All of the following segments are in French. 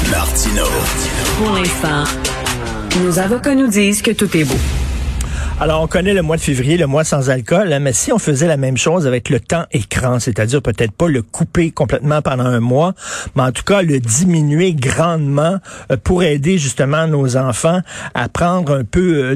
Martino. Pour l'instant, nos avocats nous disent que tout est beau. Alors, on connaît le mois de février, le mois sans alcool, mais si on faisait la même chose avec le temps écran, c'est-à-dire peut-être pas le couper complètement pendant un mois, mais en tout cas le diminuer grandement pour aider justement nos enfants à prendre un peu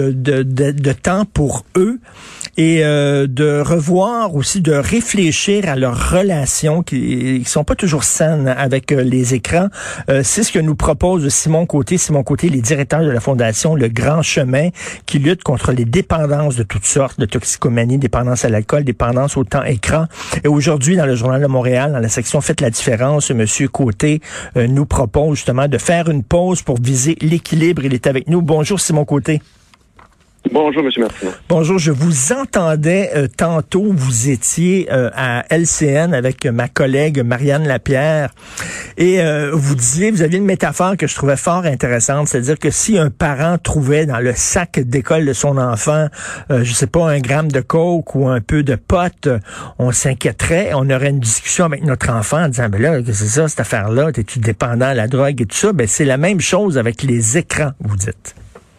de temps pour eux et de revoir aussi, de réfléchir à leurs relations qui sont pas toujours saines avec les écrans. C'est ce que nous propose Simon Côté. Simon Côté, les directeurs de la Fondation Le Grand Chemin, qui lutte contre les dépendances de toutes sortes, de toxicomanie, dépendance à l'alcool, dépendance au temps écran. Et aujourd'hui, dans le Journal de Montréal, dans la section Faites la différence, Monsieur Côté nous propose justement de faire une pause pour viser l'équilibre. Il est avec nous. Bonjour Simon Côté. Bonjour, M. Martineau. Bonjour, je vous entendais tantôt, vous étiez à LCN avec ma collègue Marianne Lapierre et vous aviez une métaphore que je trouvais fort intéressante, c'est-à-dire que si un parent trouvait dans le sac d'école de son enfant, je sais pas, 1 gramme de coke ou un peu de pot, on s'inquiéterait, on aurait une discussion avec notre enfant en disant, ben là, qu'est-ce que c'est ça, cette affaire-là, t'es-tu dépendant à la drogue et tout ça? Ben c'est la même chose avec les écrans, vous dites.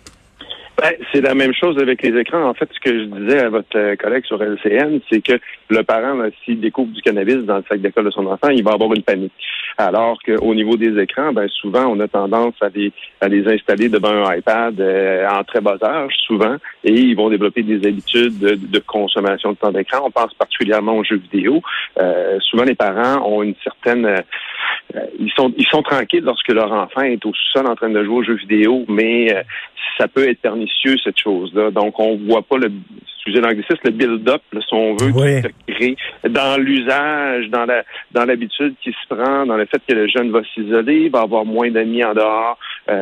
Ben, c'est la même chose avec les écrans. En fait, ce que je disais à votre collègue sur LCN, c'est que le parent, là, s'il découvre du cannabis dans le sac d'école de son enfant, il va avoir une panique. Alors qu'au niveau des écrans, ben souvent, on a tendance à les installer devant un iPad en très bas âge, souvent, et ils vont développer des habitudes de consommation de temps d'écran. On pense particulièrement aux jeux vidéo. Souvent, les parents ont une certaine... ils sont tranquilles lorsque leur enfant est au sol en train de jouer aux jeux vidéo, mais ça peut être pernicieux, cette chose-là. Donc, on voit pas excusez l'anglicisme, le build-up, là, si on veut, qui se crée dans l'usage, dans l'habitude qui se prend, dans le fait que le jeune va s'isoler, va avoir moins d'amis en dehors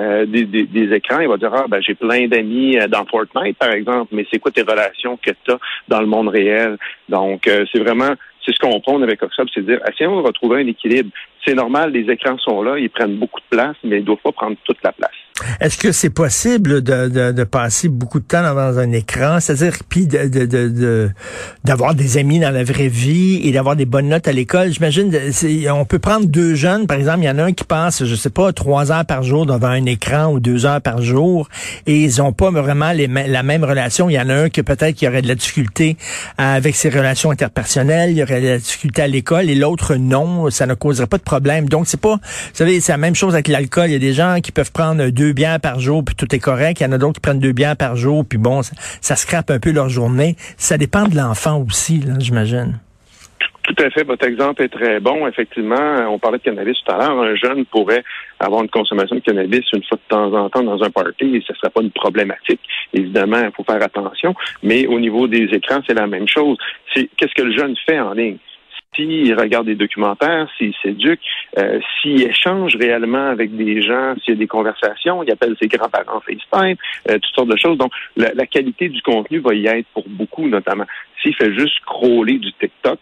des écrans. Il va dire, j'ai plein d'amis dans Fortnite, par exemple, mais c'est quoi tes relations que tu as dans le monde réel? Donc, c'est ce qu'on prône avec Oxfam, c'est de dire, essayons de retrouver un équilibre. C'est normal, les écrans sont là, ils prennent beaucoup de place, mais ils ne doivent pas prendre toute la place. Est-ce que c'est possible de passer beaucoup de temps dans un écran, c'est-à-dire puis d'avoir des amis dans la vraie vie et d'avoir des bonnes notes à l'école? J'imagine, on peut prendre 2 jeunes, par exemple, il y en a un qui passe, je sais pas, 3 heures par jour devant un écran ou 2 heures par jour et ils ont pas vraiment la même relation. Il y en a un qui peut-être qui aurait de la difficulté avec ses relations interpersonnelles, il y aurait de la difficulté à l'école et l'autre non, ça ne causerait pas de problème. Donc c'est pas, vous savez, c'est la même chose avec l'alcool. Il y a des gens qui peuvent prendre 2 bières par jour, puis tout est correct. Il y en a d'autres qui prennent 2 bières par jour, puis bon, ça scrape un peu leur journée. Ça dépend de l'enfant aussi, là, j'imagine. Tout à fait. Votre exemple est très bon. Effectivement, on parlait de cannabis tout à l'heure. Un jeune pourrait avoir une consommation de cannabis une fois de temps en temps dans un party et ce ne serait pas une problématique. Évidemment, il faut faire attention. Mais au niveau des écrans, c'est la même chose. Qu'est-ce que le jeune fait en ligne? S'il regarde des documentaires, s'il s'éduque, s'il échange réellement avec des gens, s'il y a des conversations, il appelle ses grands-parents FaceTime, toutes sortes de choses. Donc, la qualité du contenu va y être pour beaucoup, notamment. S'il fait juste scroller du TikTok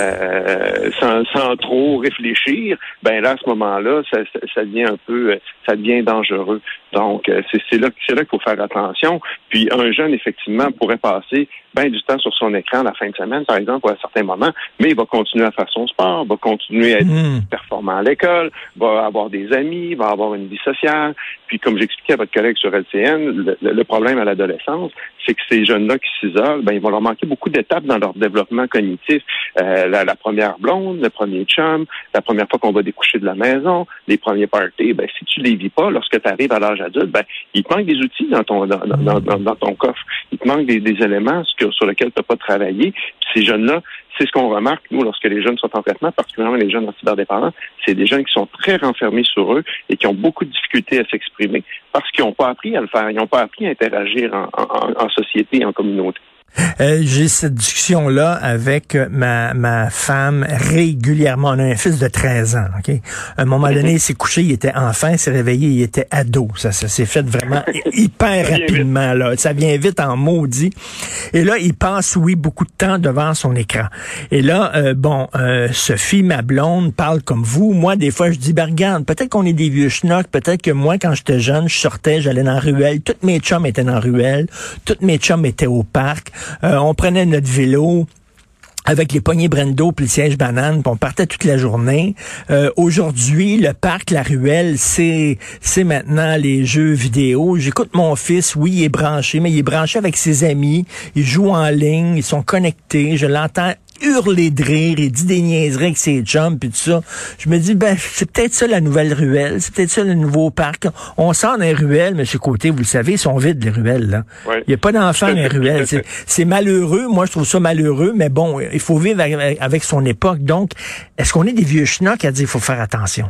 sans trop réfléchir, ben là, à ce moment-là, ça devient ça devient dangereux. Donc, c'est là qu'il faut faire attention. Puis, un jeune, effectivement, pourrait passer du temps sur son écran la fin de semaine, par exemple, ou à certains moments, mais il va continuer à faire son sport, va continuer à être performant à l'école, va avoir des amis, va avoir une vie sociale. Puis, comme j'expliquais à votre collègue sur LCN, le problème à l'adolescence, c'est que ces jeunes-là qui s'isolent, il va leur manquer beaucoup d'étapes dans leur développement cognitif. La première blonde, le premier chum, la première fois qu'on va découcher de la maison, les premiers parties, si tu les vis pas, lorsque tu arrives à l'âge adulte, il te manque des outils dans ton coffre. Il te manque des éléments sur lesquels tu n'as pas travaillé. Puis ces jeunes-là, c'est ce qu'on remarque, nous, lorsque les jeunes sont en traitement, particulièrement les jeunes en cyberdépendance, c'est des jeunes qui sont très renfermés sur eux et qui ont beaucoup de difficultés à s'exprimer parce qu'ils n'ont pas appris à le faire. Ils n'ont pas appris à interagir en société, en communauté. J'ai cette discussion-là avec ma femme régulièrement. On a un fils de 13 ans, OK? À un moment donné, il s'est couché, il était enfant, il s'est réveillé, il était ado. Ça s'est fait vraiment hyper rapidement, là. Ça vient vite en maudit. Et là, il passe, beaucoup de temps devant son écran. Et là, Sophie, ma blonde, parle comme vous. Moi, des fois, je dis, regarde, peut-être qu'on est des vieux schnocks, peut-être que moi, quand j'étais jeune, je sortais, j'allais dans la ruelle. Toutes mes chums étaient dans la ruelle. Toutes mes chums étaient au parc. On prenait notre vélo. avec les poignées Brendo puis le siège banane, puis on partait toute la journée. Aujourd'hui, le parc, la ruelle, c'est maintenant les jeux vidéo. J'écoute mon fils, oui, il est branché, mais il est branché avec ses amis, ils jouent en ligne, ils sont connectés, je l'entends hurler de rire, il dit des niaiseries avec ses chums puis tout ça. Je me dis, c'est peut-être ça la nouvelle ruelle, c'est peut-être ça le nouveau parc. On sort dans les ruelles, M. Côté, vous le savez, ils sont vides, les ruelles, là. Oui. Il n'y a pas d'enfants dans les ruelles. C'est malheureux, moi je trouve ça malheureux, mais bon, il faut vivre avec son époque. Donc, est-ce qu'on est des vieux schnocks à dire qu'il faut faire attention?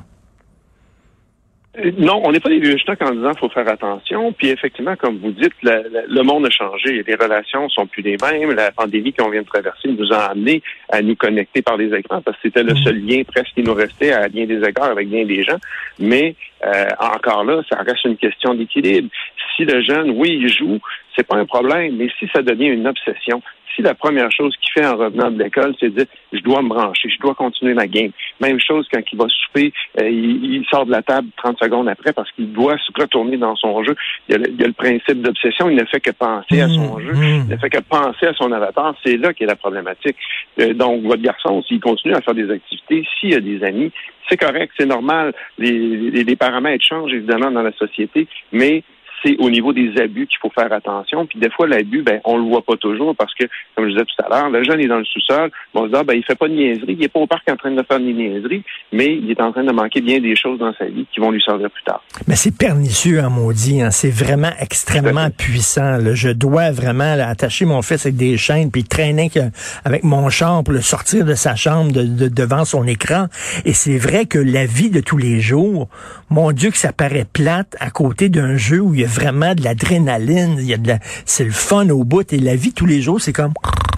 Non, on n'est pas des vieux schnocks en disant qu'il faut faire attention. Puis effectivement, comme vous dites, le monde a changé. Les relations sont plus les mêmes. La pandémie qu'on vient de traverser nous a amenés à nous connecter par les écrans parce que c'était le seul lien presque qui nous restait à bien des égards avec bien des gens. Mais encore là, ça reste une question d'équilibre. Si le jeune, oui, il joue, c'est pas un problème. Mais si ça devient une obsession, si la première chose qu'il fait en revenant de l'école, c'est de dire « je dois me brancher, je dois continuer ma game ». Même chose quand il va souper, il sort de la table 30 secondes après parce qu'il doit se retourner dans son jeu. Il y a le principe d'obsession, il ne fait que penser à son jeu, il ne fait que penser à son avatar. C'est là qu'est la problématique. Donc, votre garçon, s'il continue à faire des activités, s'il a des amis, c'est correct, c'est normal. Les paramètres changent évidemment dans la société, mais c'est au niveau des abus qu'il faut faire attention. Puis des fois, l'abus, on le voit pas toujours parce que, comme je disais tout à l'heure, le jeune est dans le sous-sol, on se dit, il fait pas de niaiserie, il est pas au parc en train de faire des niaiseries, mais il est en train de manquer bien des choses dans sa vie qui vont lui servir plus tard. Mais c'est pernicieux, hein, maudit, hein. C'est vraiment extrêmement puissant, là. Je dois vraiment attacher mon fils avec des chaînes puis traîner avec mon char pour le sortir de sa chambre devant son écran. Et c'est vrai que la vie de tous les jours, mon Dieu, que ça paraît plate à côté d'un jeu où il y a vraiment de l'adrénaline, c'est le fun au bout, et la vie tous les jours, c'est comme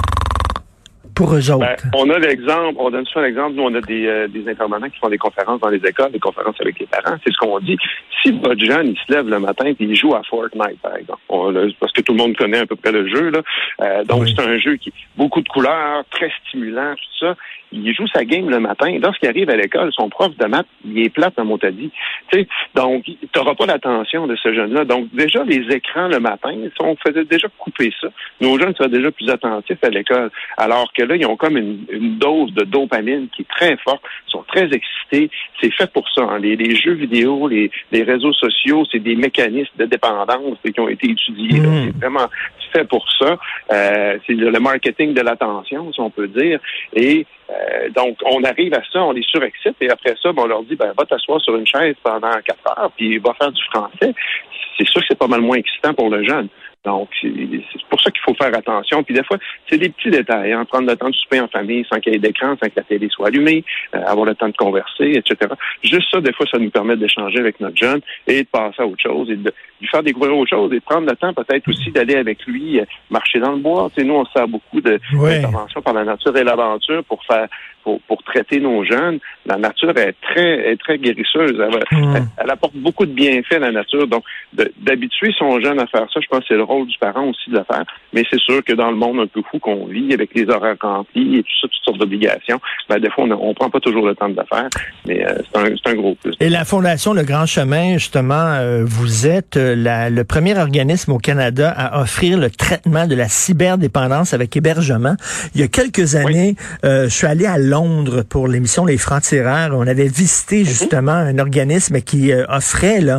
pour eux autres. On a l'exemple, on donne souvent l'exemple, nous on a des intervenants qui font des conférences dans les écoles, des conférences avec les parents, c'est ce qu'on dit. Si votre jeune, il se lève le matin et il joue à Fortnite, par exemple, parce que tout le monde connaît à peu près le jeu, là. Donc c'est un jeu qui beaucoup de couleurs, très stimulant, tout ça. Il joue sa game le matin. Lorsqu'il arrive à l'école, son prof de maths, il est plate, comme on t'a dit. Donc, tu n'auras pas l'attention de ce jeune-là. Donc, déjà, les écrans le matin, on faisait déjà couper ça. Nos jeunes sont déjà plus attentifs à l'école. Alors que là, ils ont comme une dose de dopamine qui est très forte. Ils sont très excités. C'est fait pour ça. Hein. Les jeux vidéo, les réseaux sociaux, c'est des mécanismes de dépendance qui ont été étudiés. C'est vraiment fait pour ça. C'est le marketing de l'attention, si on peut dire. Et donc, on arrive à ça, on les surexcite, et après ça, on leur dit, va t'asseoir sur une chaise pendant 4 heures, puis va faire du français. C'est sûr que c'est pas mal moins excitant pour le jeune. Donc, c'est pour ça qu'il faut faire attention. Puis des fois, c'est des petits détails. Hein, prendre le temps de souper en famille sans qu'il y ait d'écran, sans que la télé soit allumée, avoir le temps de converser, etc. Juste ça, des fois, ça nous permet d'échanger avec notre jeune et de passer à autre chose et de lui faire découvrir autre chose et de prendre le temps peut-être aussi d'aller avec lui marcher dans le bois. Tu sais, nous, on sert beaucoup d'interventions par la nature et l'aventure pour traiter nos jeunes. La nature est très guérisseuse. Elle apporte beaucoup de bienfaits à la nature. Donc, d'habituer son jeune à faire ça, je pense que c'est le rôle du parent aussi de le faire. Mais c'est sûr que dans le monde un peu fou qu'on vit, avec les horaires remplis et tout ça, toutes sortes d'obligations, des fois, on prend pas toujours le temps de le faire. Mais c'est un gros plus. Et la Fondation Le Grand Chemin, justement, vous êtes le premier organisme au Canada à offrir le traitement de la cyberdépendance avec hébergement. Il y a quelques années, je suis allé à Londres pour l'émission Les Francs-Tireurs. On avait visité justement un organisme qui offrait là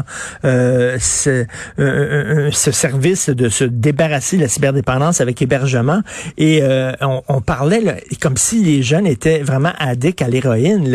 ce service de se débarrasser de la cyberdépendance avec hébergement. Et on parlait là, comme si les jeunes étaient vraiment addicts à l'héroïne.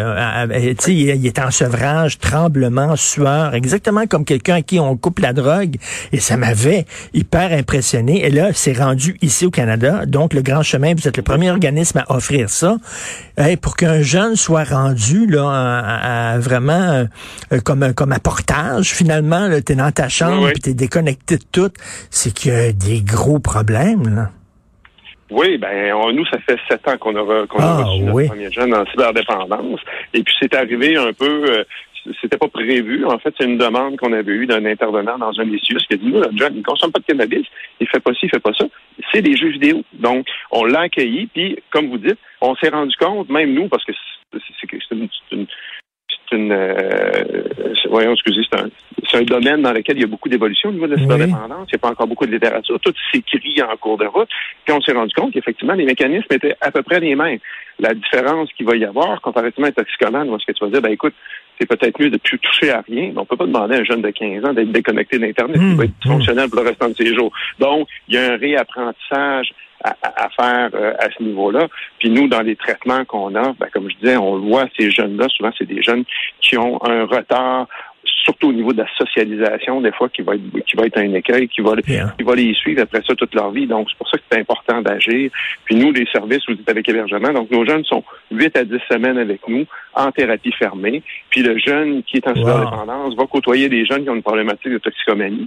Il était en sevrage, tremblement, sueur, exactement comme quelqu'un à qui on coupe la drogue. Et ça m'avait hyper impressionné. Et là, c'est rendu ici au Canada. Donc, le Grand Chemin, vous êtes le premier organisme à offrir ça. Pour qu'un jeune soit rendu là à vraiment comme apportage, finalement, t'es dans ta chambre puis t'es déconnecté de tout, c'est qu'il y a des gros problèmes, là. Oui, nous, ça fait 7 ans qu'on a reçu notre premier jeune en cyberdépendance. Et puis, c'est arrivé un peu... c'était pas prévu. En fait, c'est une demande qu'on avait eue d'un intervenant dans un des CIUS qui a dit, nous, notre jeune, il consomme pas de cannabis, il fait pas ci, il fait pas ça. C'est des jeux vidéo. Donc, on l'a accueilli, puis, comme vous dites, on s'est rendu compte, même nous, parce que c'est un domaine dans lequel il y a beaucoup d'évolution au niveau de la cyberdépendance. Il n'y a pas encore beaucoup de littérature. Tout s'écrit en cours de route. Puis on s'est rendu compte qu'effectivement, les mécanismes étaient à peu près les mêmes. La différence qu'il va y avoir, comparativement à un toxicomane, où est-ce que tu vas dire, ben écoute, c'est peut-être mieux de plus toucher à rien. On peut pas demander à un jeune de 15 ans d'être déconnecté d'Internet. Il va être fonctionnel pour le restant de ses jours. Donc, il y a un réapprentissage à faire à ce niveau-là. Puis nous, dans les traitements qu'on a, ben, comme je disais, on le voit, ces jeunes-là, souvent, c'est des jeunes qui ont un retard, surtout au niveau de la socialisation, des fois, qui va être un écueil, qui va les suivre après ça toute leur vie. Donc, c'est pour ça que c'est important d'agir. Puis nous, les services, vous êtes avec hébergement. Donc, nos jeunes sont 8 à 10 semaines avec nous, en thérapie fermée. Puis le jeune qui est en cyberdépendance va côtoyer des jeunes qui ont une problématique de toxicomanie.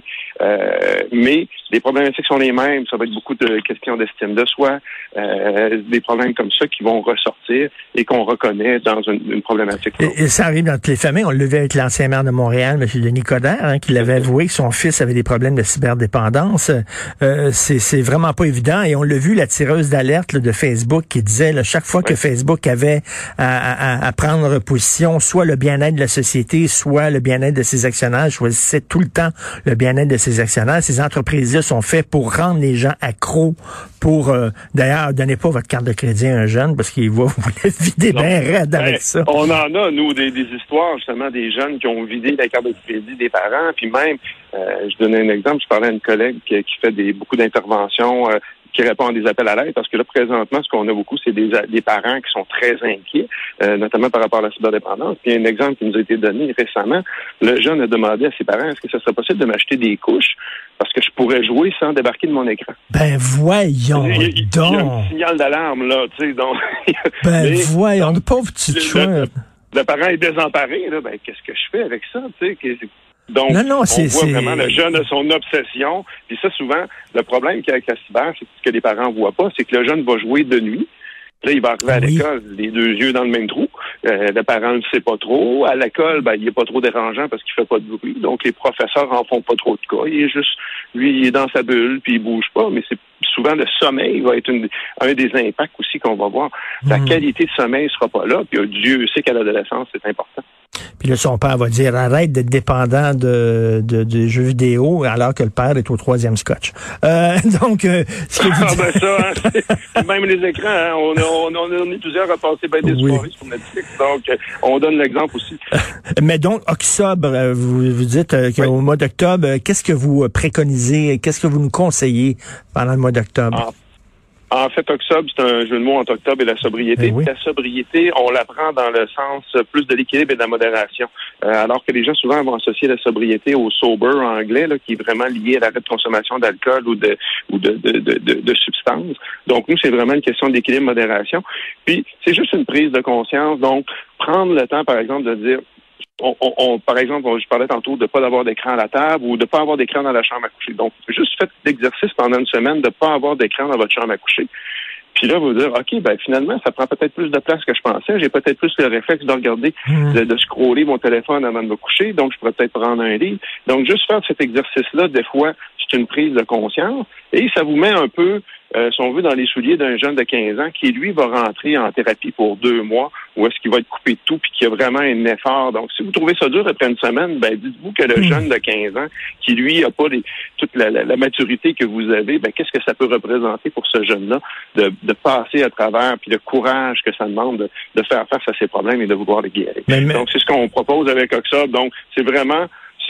Mais les problématiques sont les mêmes. Ça va être beaucoup de questions d'estime de soi, des problèmes comme ça qui vont ressortir et qu'on reconnaît dans une problématique. Et ça arrive dans toutes les familles. On le vu avec l'ancien maire de Montréal, M. Denis Coderre, qui l'avait avoué que son fils avait des problèmes de cyberdépendance. C'est vraiment pas évident. Et on l'a vu, la tireuse d'alerte de Facebook qui disait, là, chaque fois que Facebook avait à prendre position, soit le bien-être de la société, soit le bien-être de ses actionnaires, choisissait tout le temps le bien-être de ses actionnaires. Ces entreprises-là sont faites pour rendre les gens accros, pour, d'ailleurs, donnez pas votre carte de crédit à un jeune parce qu'il va vous la vider bien raide avec ça. On en a, nous, des histoires, justement, des jeunes qui ont vidé la carte de crédit des parents, puis même, je donnais un exemple, je parlais à une collègue qui fait beaucoup d'interventions, qui répond à des appels à l'aide, parce que là, présentement, ce qu'on a beaucoup, c'est des parents qui sont très inquiets, notamment par rapport à la cyberdépendance. Puis, il y a un exemple qui nous a été donné récemment. Le jeune a demandé à ses parents, est-ce que ça serait possible de m'acheter des couches parce que je pourrais jouer sans débarquer de mon écran? Ben, voyons donc! Il y a un signal d'alarme, là, tu sais, donc... voyons, pauvre petit chouin. Le parent est désemparé, là, ben, qu'est-ce que je fais avec ça, tu sais? Donc, on voit vraiment le jeune a son obsession. Puis ça, souvent, le problème qu'il y a avec la cyber, c'est que ce que les parents voient pas, c'est que le jeune va jouer de nuit. Là, il va arriver à l'école, les deux yeux dans le même trou. Le parent ne sait pas trop. À l'école, ben, il est pas trop dérangeant parce qu'il fait pas de bruit. Donc, les professeurs en font pas trop de cas. Il est juste, lui, il est dans sa bulle, puis il bouge pas. Mais c'est souvent le sommeil va être un des impacts aussi qu'on va voir. La qualité de sommeil sera pas là. Puis Dieu sait qu'à l'adolescence, c'est important. Puis là, son père va dire, arrête d'être dépendant de jeux vidéo alors que le père est au 3e scotch. Donc, ce que vous dites... ça, même les écrans, hein, on est plusieurs à passer bien des soirées sur Netflix, donc on donne l'exemple aussi. Mais donc, octobre, vous dites qu'au mois d'octobre, qu'est-ce que vous préconisez, qu'est-ce que vous nous conseillez pendant le mois d'octobre? En fait, octobre, c'est un jeu de mots entre octobre et la sobriété. La sobriété, on la prend dans le sens plus de l'équilibre et de la modération. Alors que les gens souvent vont associer la sobriété au sober en anglais, là, qui est vraiment lié à l'arrêt de consommation d'alcool ou de substances. Donc, nous, c'est vraiment une question d'équilibre, modération. Puis, c'est juste une prise de conscience. Donc, prendre le temps, par exemple, de dire, par exemple, je parlais tantôt de ne pas avoir d'écran à la table ou de ne pas avoir d'écran dans la chambre à coucher. Donc, juste faites l'exercice pendant une semaine de ne pas avoir d'écran dans votre chambre à coucher. Puis là, vous dire, OK, ben finalement, ça prend peut-être plus de place que je pensais. J'ai peut-être plus le réflexe de regarder, de scroller mon téléphone avant de me coucher. Donc, je pourrais peut-être prendre un livre. Donc, juste faire cet exercice-là, des fois, c'est une prise de conscience. Et ça vous met un peu, si on veut, dans les souliers d'un jeune de 15 ans qui, lui, va rentrer en thérapie pour 2 mois, ou est-ce qu'il va être coupé de tout puis qu'il y a vraiment un effort. Donc, si vous trouvez ça dur après une semaine, ben dites-vous que le jeune de 15 ans, qui, lui, n'a pas toute la maturité que vous avez, ben qu'est-ce que ça peut représenter pour ce jeune-là de passer à travers, puis le courage que ça demande de faire face à ses problèmes et de vouloir les guérir. Donc, c'est ce qu'on propose avec Octobre. Donc, c'est vraiment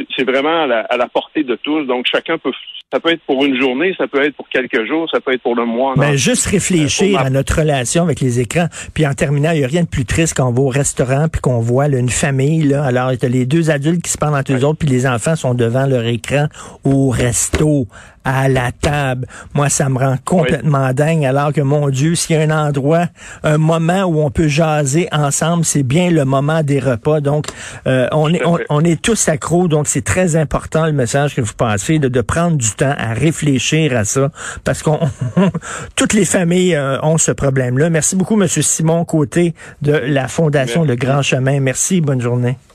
à la portée de tous. Donc, chacun ça peut être pour une journée, ça peut être pour quelques jours, ça peut être pour le mois. Mais juste réfléchir à notre relation avec les écrans. Puis en terminant, il n'y a rien de plus triste quand on va au restaurant puis qu'on voit là, une famille. Là, alors, il y a les 2 adultes qui se parlent entre eux autres, puis les enfants sont devant leur écran au resto, à la table. Moi, ça me rend complètement dingue, alors que, mon Dieu, s'il y a un endroit, un moment où on peut jaser ensemble, c'est bien le moment des repas. Donc, on est tous accros, donc c'est très important le message que vous passez, de prendre du temps à réfléchir à ça, parce qu'on toutes les familles ont ce problème-là. Merci beaucoup, M. Simon Côté de la Fondation Le Grand Chemin. Merci, bonne journée.